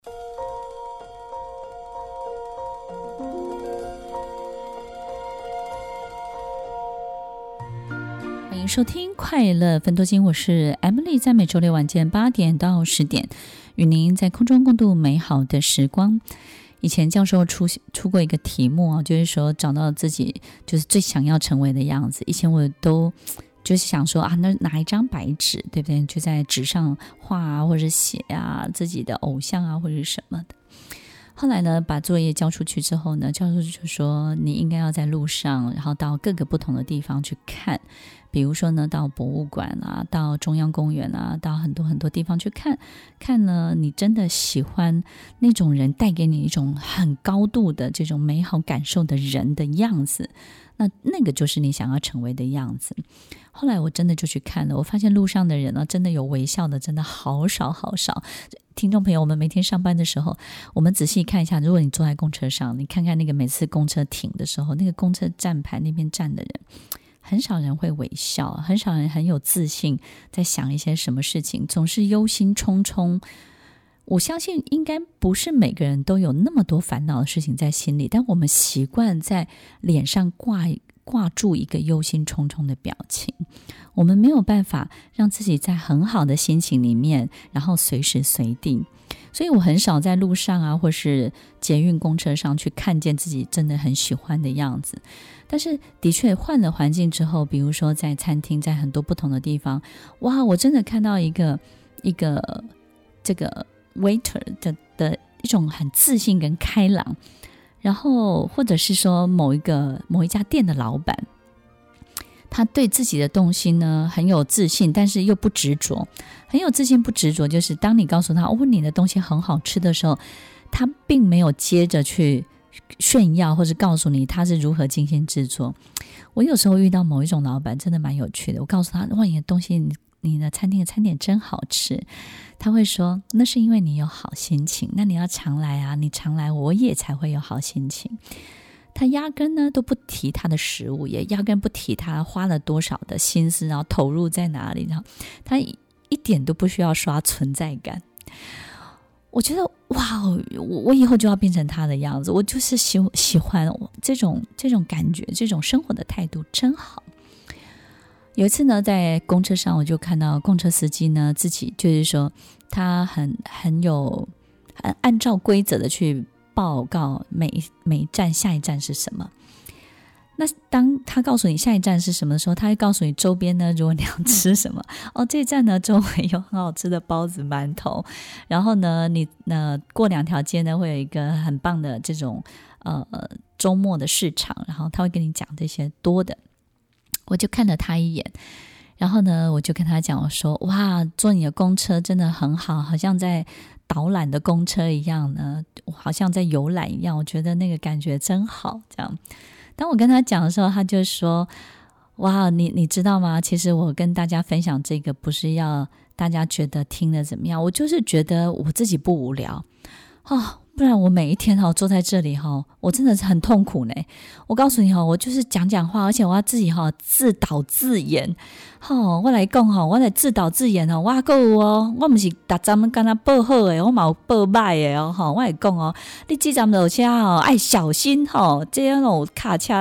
欢迎收听快乐分多金，我是 Emily， 在每周六晚间8点到10点，与您在空中共度美好的时光。以前教授出过一个题目就是说找到自己就是最想要成为的样子。以前我都就是想说那拿一张白纸，对不对？就在纸上画或者写自己的偶像或者什么的。后来呢，把作业交出去之后呢，教授就说你应该要在路上，然后到各个不同的地方去看，比如说呢，到博物馆到中央公园到很多很多地方去看看呢，你真的喜欢那种人带给你一种很高度的这种美好感受的人的样子，那个就是你想要成为的样子。后来我真的就去看了，我发现路上的人真的有微笑的真的好少好少。听众朋友，我们每天上班的时候，我们仔细看一下，如果你坐在公车上，你看看那个每次公车停的时候，那个公车站牌那边站的人，很少人会微笑，很少人很有自信，在想一些什么事情，总是忧心忡忡。我相信应该不是每个人都有那么多烦恼的事情在心里，但我们习惯在脸上挂住一个忧心忡忡的表情，我们没有办法让自己在很好的心情里面，然后随时随地。所以我很少在路上或是捷运公车上去看见自己真的很喜欢的样子。但是的确换了环境之后，比如说在餐厅，在很多不同的地方，哇，我真的看到一个这个 waiter 的一种很自信跟开朗，然后或者是说某一家店的老板，他对自己的东西呢很有自信，但是又不执着。很有自信不执着，就是当你告诉他你的东西很好吃的时候，他并没有接着去炫耀或是告诉你他是如何精心制作。我有时候遇到某一种老板真的蛮有趣的，我告诉他你的东西，你的餐厅的餐点真好吃，他会说那是因为你有好心情，那你要常来你常来我也才会有好心情。他压根呢都不提他的食物，也压根不提他花了多少的心思，然后投入在哪里，然后他一点都不需要刷存在感。我觉得哇，我以后就要变成他的样子，我就是喜欢这种感觉，这种生活的态度真好。有一次呢，在公车上，我就看到公车司机呢自己就是说他很按照规则的去报告每一站下一站是什么。那当他告诉你下一站是什么的时候，他会告诉你周边呢，如果你要吃什么这一站呢周围有很好吃的包子馒头，然后呢你过2条街呢会有一个很棒的这种周末的市场，然后他会跟你讲这些多的。我就看了他一眼，然后呢我就跟他讲，我说哇，坐你的公车真的很好，好像在导览的公车一样呢，好像在游览一样，我觉得那个感觉真好。这样当我跟他讲的时候，他就说哇，你知道吗，其实我跟大家分享这个不是要大家觉得听了怎么样，我就是觉得我自己不无聊不然我每一天坐在这里我真的是很痛苦呢。我告诉你我就是讲话，而且我要自己自导自演我来讲我来自导自演我还有我不是每站跟他报好的，我也有报坏的我来讲你这站落车要小心这样有卡车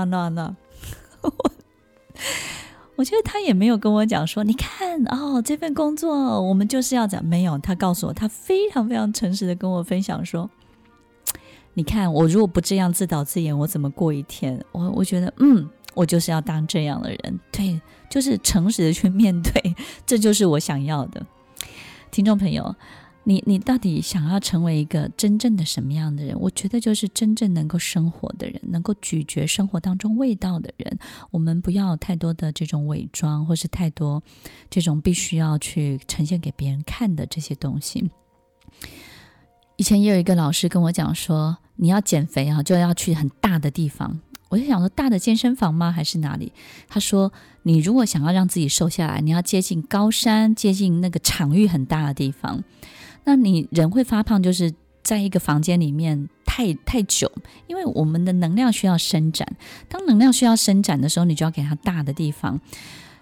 我觉得他也没有跟我讲说你看这份工作我们就是要讲，没有，他告诉我，他非常非常诚实的跟我分享说，你看我如果不这样自导自演，我怎么过一天。我觉得我就是要当这样的人，对，就是诚实的去面对，这就是我想要的。听众朋友，你到底想要成为一个真正的什么样的人？我觉得就是真正能够生活的人，能够咀嚼生活当中味道的人。我们不要太多的这种伪装，或是太多这种必须要去呈现给别人看的这些东西。以前也有一个老师跟我讲说，你要减肥就要去很大的地方。我就想说，大的健身房吗？还是哪里？他说，你如果想要让自己瘦下来，你要接近高山，接近那个场域很大的地方。那你人会发胖，就是在一个房间里面太久，因为我们的能量需要伸展。当能量需要伸展的时候，你就要给它大的地方。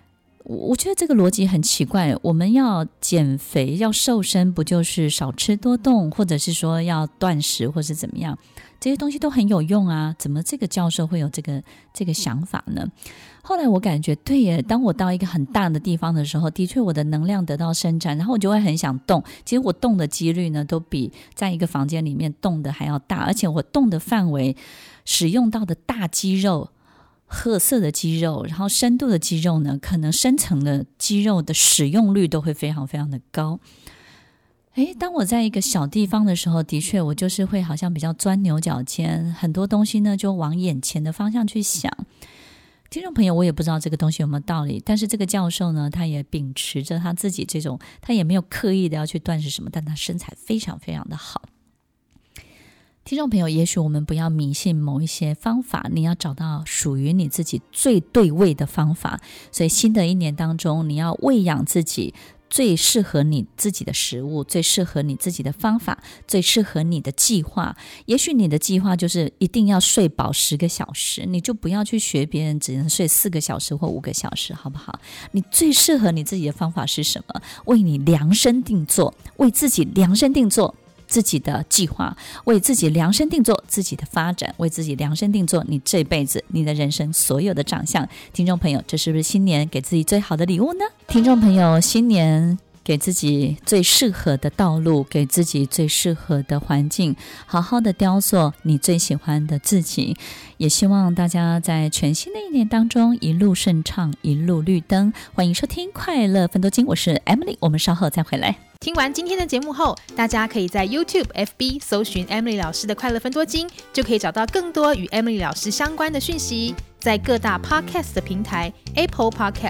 我觉得这个逻辑很奇怪，我们要减肥要瘦身，不就是少吃多动，或者是说要断食或是怎么样，这些东西都很有用啊，怎么这个教授会有这个想法呢？后来我感觉对耶，当我到一个很大的地方的时候，的确我的能量得到伸展，然后我就会很想动。其实我动的几率呢，都比在一个房间里面动的还要大，而且我动的范围使用到的大肌肉、褐色的肌肉，然后深度的肌肉呢，可能深层的肌肉的使用率都会非常非常的高。当我在一个小地方的时候，的确我就是会好像比较钻牛角尖，很多东西呢就往眼前的方向去想。听众朋友，我也不知道这个东西有没有道理，但是这个教授呢，他也秉持着他自己这种，他也没有刻意的要去断食什么，但他身材非常非常的好。听众朋友，也许我们不要迷信某一些方法，你要找到属于你自己最对味的方法。所以新的一年当中，你要喂养自己最适合你自己的食物，最适合你自己的方法，最适合你的计划。也许你的计划就是一定要睡饱10个小时，你就不要去学别人只能睡4个小时或5个小时，好不好？你最适合你自己的方法是什么？为你量身定做，为自己量身定做自己的计划，为自己量身定做自己的发展，为自己量身定做你这辈子你的人生所有的长相。听众朋友，这是不是新年给自己最好的礼物呢？听众朋友，新年给自己最适合的道路，给自己最适合的环境，好好的雕塑你最喜欢的自己。也希望大家在全新的一年当中一路顺畅，一路绿灯。欢迎收听快乐分多金，我是 Emily， 我们稍后再回来。 听完今天的节目后，大家可以在 YouTube、FB 搜寻 Emily 老师的快乐分多金，就可以找到更多与 Emily 老师相关的讯息。在各大 Podcast 的平台 Apple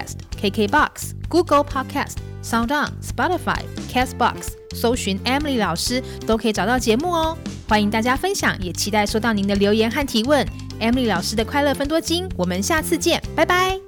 Podcast、KKBox、Google Podcast、SoundOn、Spotify、Castbox 搜寻 Emily 老师都可以找到节目哦。欢迎大家分享，也期待收到您的留言和提问。Emily 老师的快乐分多金，我们下次见，拜拜。